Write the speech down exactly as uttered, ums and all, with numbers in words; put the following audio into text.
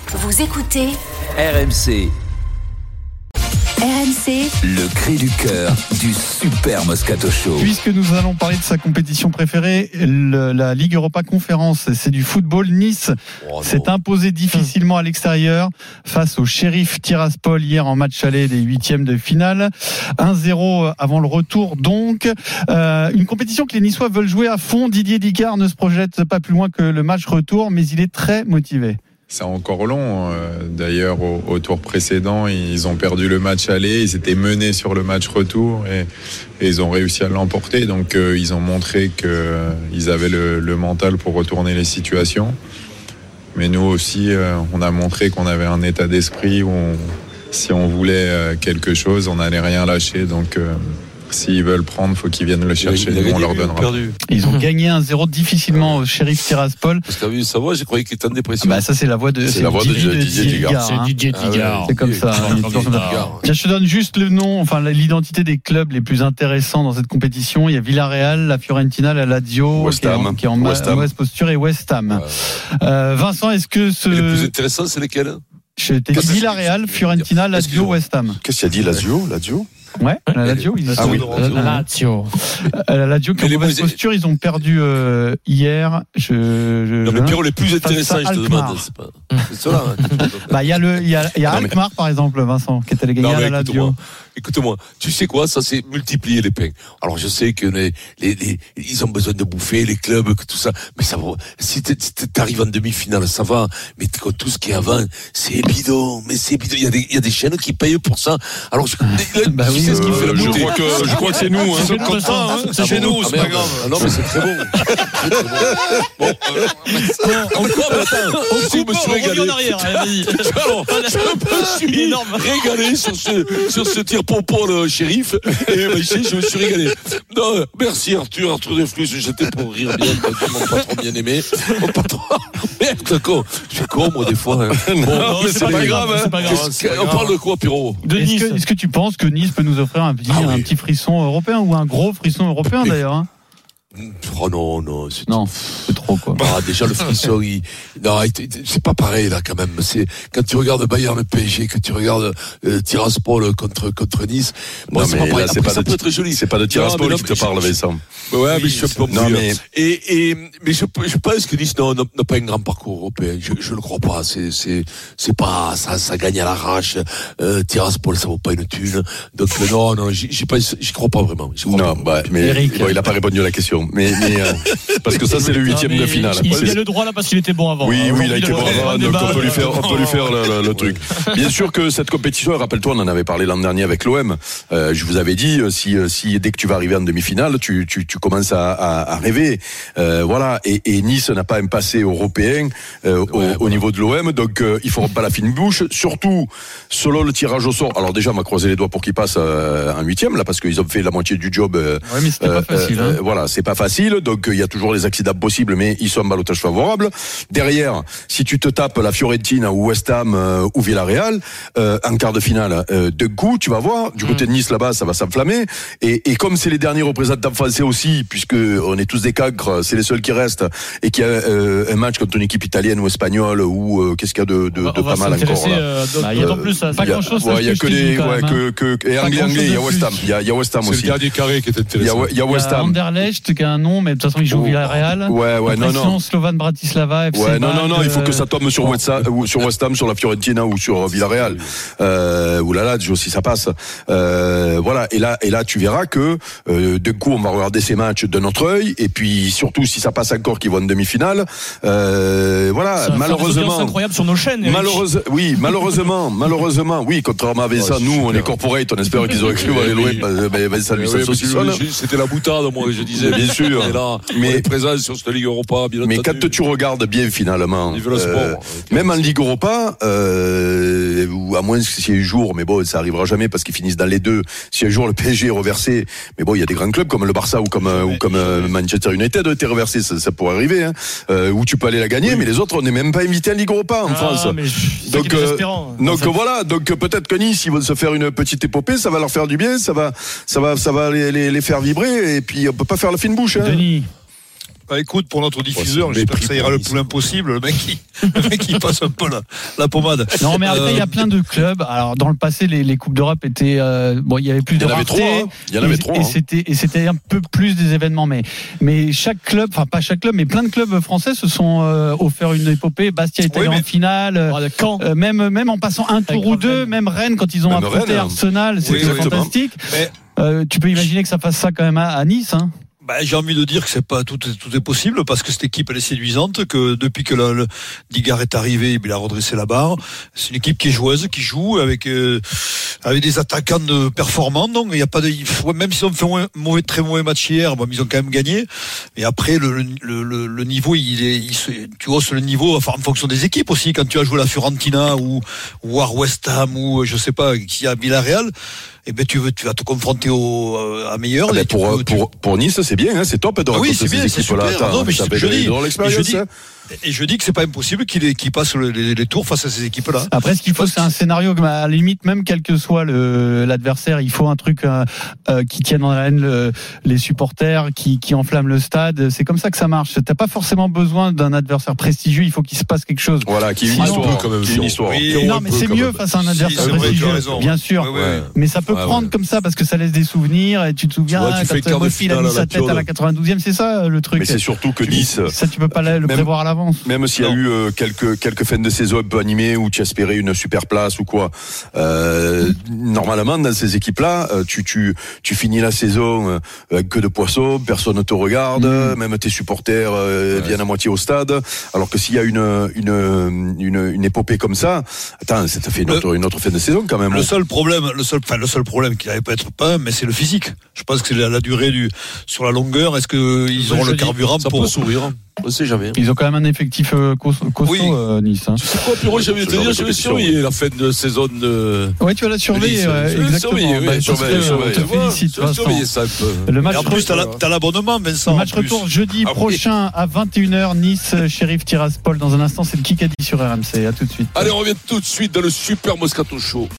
Vous écoutez R M C. R M C, Le cri du cœur du Super Moscato Show. Puisque nous allons parler de sa compétition préférée, le, la Ligue Europa Conférence, c'est du football. Nice oh s'est imposé difficilement à l'extérieur face au Sheriff Tiraspol hier en match aller des huitièmes de finale. un zéro avant le retour donc. Euh, une compétition que les Niçois veulent jouer à fond. Didier Dicard ne se projette pas plus loin que le match retour, mais il est très motivé. C'est encore long. D'ailleurs, au, au tour précédent, ils ont perdu le match aller. Ils étaient menés sur le match retour et, et ils ont réussi à l'emporter. Donc, euh, ils ont montré qu'ils euh, avaient le, le mental pour retourner les situations. Mais nous aussi, euh, on a montré qu'on avait un état d'esprit où, on, si on voulait euh, quelque chose, on n'allait rien lâcher. Donc, euh, s'ils veulent prendre, il faut qu'ils viennent le chercher. Nous, on leur donnera. Perdu. Ils ont gagné un zéro difficilement au Sheriff Tiraspol. Parce qu'à vu sa voix, j'ai croyé qu'il était en dépression. Ah bah ça c'est la voix de, c'est c'est la voix de Didier, Didier Didier Dicard. Dicard. C'est Didier Dicard. Ah ouais, c'est comme ça. Dicard. Il est toujours comme ça. Tiens, je te donne juste le nom, enfin l'identité des clubs les plus intéressants dans cette compétition. Il y a Villarreal, la Fiorentina, la Lazio, West qui est en, Ham. qui est en West Ham. mauvaise posture, et West Ham. Ouais. Euh, Vincent, est-ce que ce... Et les plus intéressants, c'est lesquels? Je t'ai dit Villarreal, Fiorentina, Lazio, West Ham. Qu'est-ce qu'il a dit, Lazio, Lazio? Ouais, la Lazio, ils Ah oui. la Lazio. La Lazio qui est en mauvaise posture, ils ont perdu euh, hier. Je, je, non, mais Pierrot, les plus intéressants, je te demande. C'est pas. C'est cela. Hein. Bah, il y a le, il y a, il y a Alkmaar, par exemple, Vincent, qui est allé gagner non, à la Lazio. Écoute-moi, écoute-moi, tu sais quoi, ça c'est multiplier les pains. Alors je sais que les, les, les, ils ont besoin de bouffer, les clubs, que tout ça, mais ça va. Si t'arrives en demi-finale, ça va. Mais tout ce qui est avant, c'est bidon. Mais c'est bidon. Il y a des, il y a des chaînes qui payent pour ça. Alors je, bah tu oui, sais ce qui euh, fait la je beauté. crois que, je crois que c'est nous, hein. C'est comme ça, hein. C'est chez nous, c'est pas grave. Ah non, mais c'est très bon. C'est très bon. Bon, euh, bon, encore, mais attends, je me suis régalé. En arrière, allez, vas-y. Alors, je me suis énorme. régalé sur ce, sur ce tir pompon, le shérif. Et ben, je me suis régalé. Non, merci Arthur, Arthur Desflux, j'étais pour rire bien, mon patron bien aimé. Mon patron, merde, d'accord. Je suis con, moi, des fois. Hein. Bon, non, mais c'est, c'est pas grave, hein. C'est pas grave. C'est pas grave. On parle de quoi, Pierrot? De Nice. Est-ce que, est-ce que tu penses que Nice peut nous offrir un petit, ah oui. un petit frisson européen, ou un gros frisson européen d'ailleurs, hein? Oh non, non, c'est non, c'est trop quoi. Ah, déjà le frisson, il... non, c'est pas pareil là quand même. C'est quand tu regardes Bayern, le P S G, que tu regardes euh, Tiraspol contre contre Nice. Bon, non, c'est mais pas pareil. là, c'est Après, pas ça de, peut être joli. C'est pas de Tiraspol qui te je, parle, je, Vincent. Ouais, oui, mais je suis un peu non, mais... Et, et, mais je, je pense que Nice n'a, n'a pas un grand parcours européen. Je, je le crois pas. C'est, c'est, c'est pas, ça, ça gagne à l'arrache. Euh, Tiraspol, ça vaut pas une thune. Donc, non, non, j'y, j'y, pas, j'y crois pas vraiment. Crois non, pas. bah, mais, Eric. Bon, il a pas répondu à la question. Mais, mais, euh, parce que ça, c'est le huitième de finale. Il, il a le droit là parce qu'il était bon avant. Oui, hein. oui, il a été bon avant, donc on peut lui faire, on peut lui faire le, le, le ouais. truc. Bien sûr que cette compétition, rappelle-toi, on en avait parlé l'an dernier avec l'O M. Euh, je vous avais dit, si, si dès que tu vas arriver en demi-finale, tu, tu, tu commences à, à, à rêver. Euh, voilà. Et, et Nice n'a pas un passé européen euh, au, ouais, au niveau de l'O M, donc euh, ils feront pas la fine bouche. Surtout selon le tirage au sort. Alors déjà, on va croiser les doigts pour qu'ils passent euh, en huitième là, parce qu'ils ont fait la moitié du job. Euh, ouais, mais c'était euh, pas facile. Euh, hein. Voilà, c'est pas facile. Donc il y a toujours les accidents possibles, mais ils sont en ballottage favorable. Derrière, si tu te tapes la Fiorentina ou West Ham euh, ou Villarreal euh, en quart de finale, euh, de coup, tu vas voir du côté de Nice là-bas, ça va s'enflammer. Et, et comme c'est les derniers représentants français aussi, puisque on est tous des cancres, c'est les seuls qui restent, et qu'il y a euh, un match contre une équipe italienne ou espagnole ou euh, qu'est-ce qu'il y a de, de, on va, de on pas mal encore là. Euh, bah, il y a en plus, pas grand-chose. Il y a que des, ouais, que, que, et anglais, anglais, il y a West Ham, il y a, il y a West Ham aussi. C'est le dernier carré qui est intéressant. Il y a, il y a West Ham. Anderlecht qui a un nom, mais de toute façon il joue au Villarreal. Ouais, ouais, non, non. Slovan Bratislava, F C ouais, non, non, non, euh... il faut que ça tombe sur West Ham, ou sur West Ham, sur la Fiorentina ou sur Villarreal. Euh, ou là, là, si ça passe. Euh, voilà. Et là, et là, tu verras que euh, d'un coup, on va regarder ces matchs de notre œil, et puis surtout si ça passe encore, qu'ils vont en demi-finale. Euh, voilà. Malheureusement. C'est incroyable sur nos chaînes. Malheureusement, oui, malheureusement, malheureusement, oui. Contrairement à Vincent, nous, on est corporate, on espère qu'ils auraient cru aller loin. Mais Vincent, lui, ça saucissonne. C'était la boutade, moi, je disais. Bien sûr. Et là, mais on est présent sur cette Ligue Europa. Bien mais quand tu regardes bien finalement, le sport, euh, même en Ligue Europa, euh, ou à moins que si un jour, mais bon, ça arrivera jamais parce qu'ils finissent dans les deux. Si un jour le P S G est reversé, mais bon, il y a des grands clubs comme le Barça ou comme euh, ou comme euh, Manchester United été reversé, ça, ça pourrait arriver, hein, euh, où tu peux aller la gagner, oui. Mais les autres, on n'est même pas invité en Ligue Europa en ah, France. Donc, euh, donc en fait. Voilà, donc peut-être que Nice, ils vont se faire une petite épopée, ça va leur faire du bien, ça va, ça va, ça va les, les, les faire vibrer, et puis on peut pas faire la fine bouche. Hein. Denis. Bah écoute, pour notre diffuseur, Ouais, j'espère que ça ira le mépris plus impossible. Le mec, il, le mec, il passe un peu la, la pommade. Non, mais après, Euh, il y a plein de clubs. Alors, dans le passé, les, les Coupes d'Europe étaient, euh, bon, il y avait plus Il y de en avait rareté. trois, hein. Il y en avait et, trois, Et hein. c'était, et c'était un peu plus des événements. Mais, mais chaque club, enfin, pas chaque club, mais plein de clubs français se sont euh, offert une épopée. Bastia est allé Oui, mais- en finale. euh, Quand euh, même, même en passant un tour ou Grave deux, Rennes. même Rennes, quand ils ont Même affronté Rennes, hein. Arsenal, c'était Oui, oui, fantastique. Mais- Euh, tu peux imaginer que ça fasse ça quand même à, à Nice, hein. Bah, j'ai envie de dire que c'est pas tout, est- tout est possible parce que cette équipe elle est séduisante, que depuis que le, le Digard est arrivé, il a redressé la barre. C'est une équipe qui est joueuse, qui joue avec euh, avec des attaquants de performants. Donc il y a pas de, il faut- même s'ils ont fait un mauvais, très mauvais match hier, bon, ils ont quand même gagné. Et après le le, le, le niveau, il est, il se, tu hausses le niveau enfin, en fonction des équipes aussi. Quand tu as joué la Fiorentina ou ou à West Ham ou je sais pas qui a Villarreal. Eh ben tu veux, tu vas te confronter au euh, à meilleur. Ah ben, et tu pour, peux- tu- pour, pour Nice, c'est bien, hein, c'est top de Ah oui, rencontrer c'est ces bien, c'est équipes-là. super. Attends, Non, mais ça je- fait je de- dis- de l'expérience, je dis- hein. Et je dis que c'est pas impossible qu'il qu'il passe les, les, les tours face à ces équipes-là. Après, ce qu'il faut, c'est un scénario que, à la limite, même quel que soit le, l'adversaire, il faut un truc euh, euh, qui tienne en haleine le, les supporters, qui, qui enflamme le stade. C'est comme ça que ça marche. T'as pas forcément besoin d'un adversaire prestigieux. Il faut qu'il se passe quelque chose. Voilà, qui est une Sinon, histoire. on peut quand même Qui est une dire. histoire. Oui, non, on mais peut c'est quand mieux même. face à un Si, adversaire c'est vrai, tu as prestigieux, raison. bien sûr. Ouais, ouais. Mais ça peut Ouais, prendre ouais. comme ça parce que ça laisse des souvenirs. Et tu te souviens, Tu vois, tu fais quand quart de Moffi il a finale mis à sa la tête à la Piole. quatre-vingt-douzième, c'est ça le truc. Mais c'est surtout que Nice, Ça, tu peux pas le Même- prévoir à l'avance. même s'il y a Non. eu euh, quelques quelques fins de saison un peu animées où tu espérais une super place ou quoi, euh, normalement dans ces équipes-là, euh, tu tu tu finis la saison euh, avec que de poissons, personne ne te regarde, Mm. même tes supporters euh, viennent à moitié au stade. Alors que s'il y a une une une, une épopée comme ça, attends, ça te fait une Le- autre une autre fin de saison quand même. Le seul problème, le seul, enfin le seul problème qui n'allait pas être pas, mais c'est le physique. Je pense que c'est la, la durée du sur la longueur. Est-ce que ils auront Je le dis, carburant ça pour peut sourire. On sait jamais. Ils ont quand même un effectif euh, cos- costaud, Oui. euh, Nice. Hein. Tu sais quoi, Pierrot, j'avais te Ce genre dire, de je vais compétition, surveiller la fin de saison de. Ouais, tu vas la surveiller, Nice. ouais, Je vais exactement. surveiller, oui, Bah, surveiller, parce que, surveiller. on te Tu vois, félicite, je vais Vincent. surveiller ça un peu. Le match Et en plus, t'as, la- retour, t'as l'abonnement, Vincent. le match en plus. retour jeudi Ah oui. prochain à vingt et une heures, Nice, Sheriff Tiraspol. Dans un instant, c'est le Kikadi sur R M C. À tout de suite. Allez, on revient tout de suite dans le Super Moscato Show.